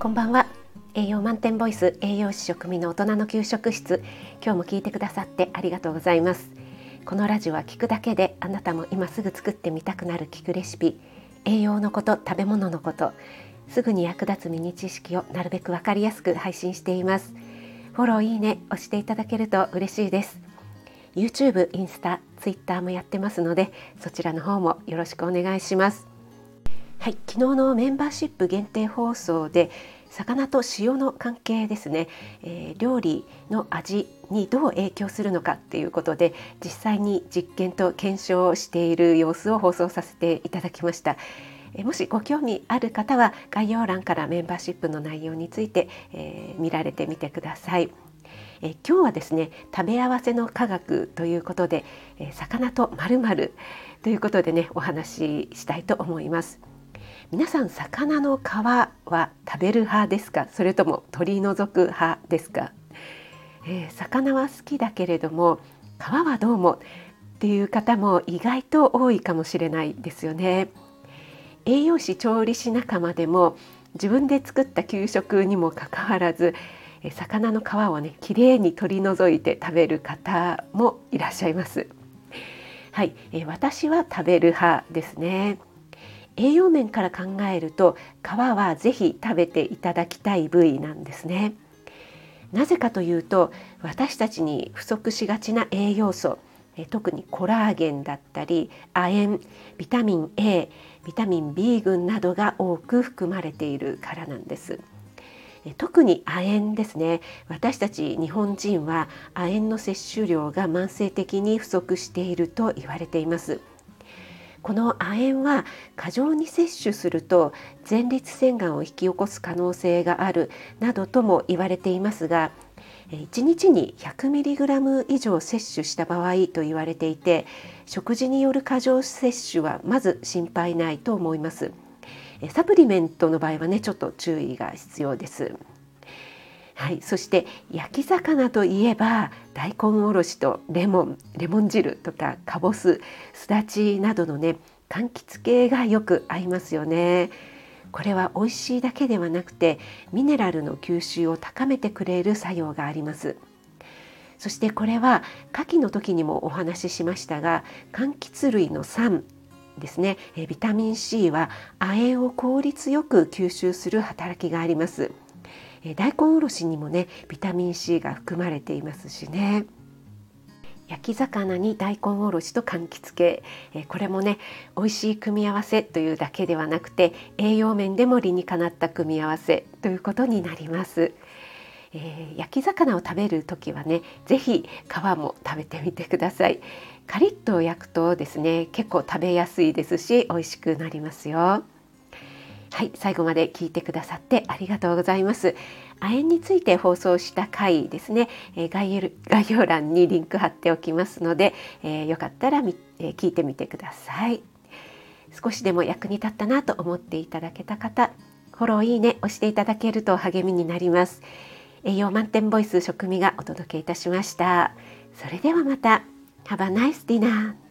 こんばんは。栄養満点ボイス栄養士食味の大人の給食室、今日も聞いてくださってありがとうございます。このラジオは聞くだけであなたも今すぐ作ってみたくなる聞くレシピ、栄養のこと、食べ物のこと、すぐに役立つミニ知識をなるべくわかりやすく配信しています。フォロー、いいね押していただけると嬉しいです。 YouTube、インスタ、Twitter もやってますので、そちらの方もよろしくお願いします。はい、昨日のメンバーシップ限定放送で魚と塩の関係ですね、料理の味にどう影響するのかっていうことで実際に実験と検証をしている様子を放送させていただきました。もしご興味ある方は概要欄からメンバーシップの内容について、見られてみてください。今日はですね、食べ合わせの科学ということで、魚と〇〇ということでね、お話ししたいと思います。皆さん、魚の皮は食べる派ですか？それとも取り除く派ですか？魚は好きだけれども皮はどうもっていう方も意外と多いかもしれないですよね。栄養士調理師仲間でも自分で作った給食にもかかわらず魚の皮をね、きれいに取り除いて食べる方もいらっしゃいます。はい、私は食べる派ですね。栄養面から考えると皮はぜひ食べていただきたい部位なんですね。なぜかというと、私たちに不足しがちな栄養素、特にコラーゲンだったり亜鉛、ビタミン A、ビタミン B 群などが多く含まれているからなんです。特に亜鉛ですね。私たち日本人は亜鉛の摂取量が慢性的に不足していると言われています。この亜鉛は過剰に摂取すると前立腺がんを引き起こす可能性があるなどとも言われていますが、1日に 100mg 以上摂取した場合と言われていて、食事による過剰摂取はまず心配ないと思います。サプリメントの場合はね、ちょっと注意が必要です。はい、そして焼き魚といえば大根おろしとレモン汁とかかぼす、すだちなどのね、柑橘系がよく合いますよね。これは美味しいだけではなくてミネラルの吸収を高めてくれる作用があります。そしてこれは牡蠣の時にもお話ししましたが、柑橘類の酸ですね、ビタミン C は亜鉛を効率よく吸収する働きがあります。大根おろしにもね、ビタミン C が含まれていますしね。焼き魚に大根おろしと柑橘系、これもね、美味しい組み合わせというだけではなくて栄養面でも理にかなった組み合わせということになります。焼き魚を食べるときはね、ぜひ皮も食べてみてください。カリッと焼くとですね、結構食べやすいですし美味しくなりますよ。はい、最後まで聞いてくださってありがとうございます。亜鉛について放送した回ですね、概要欄にリンク貼っておきますので、よかったら聞いてみてください。少しでも役に立ったなと思っていただけた方、フォロー、いいね押していただけると励みになります。栄養満点ボイス食味がお届けいたしました。それではまた。Have a nice dinner.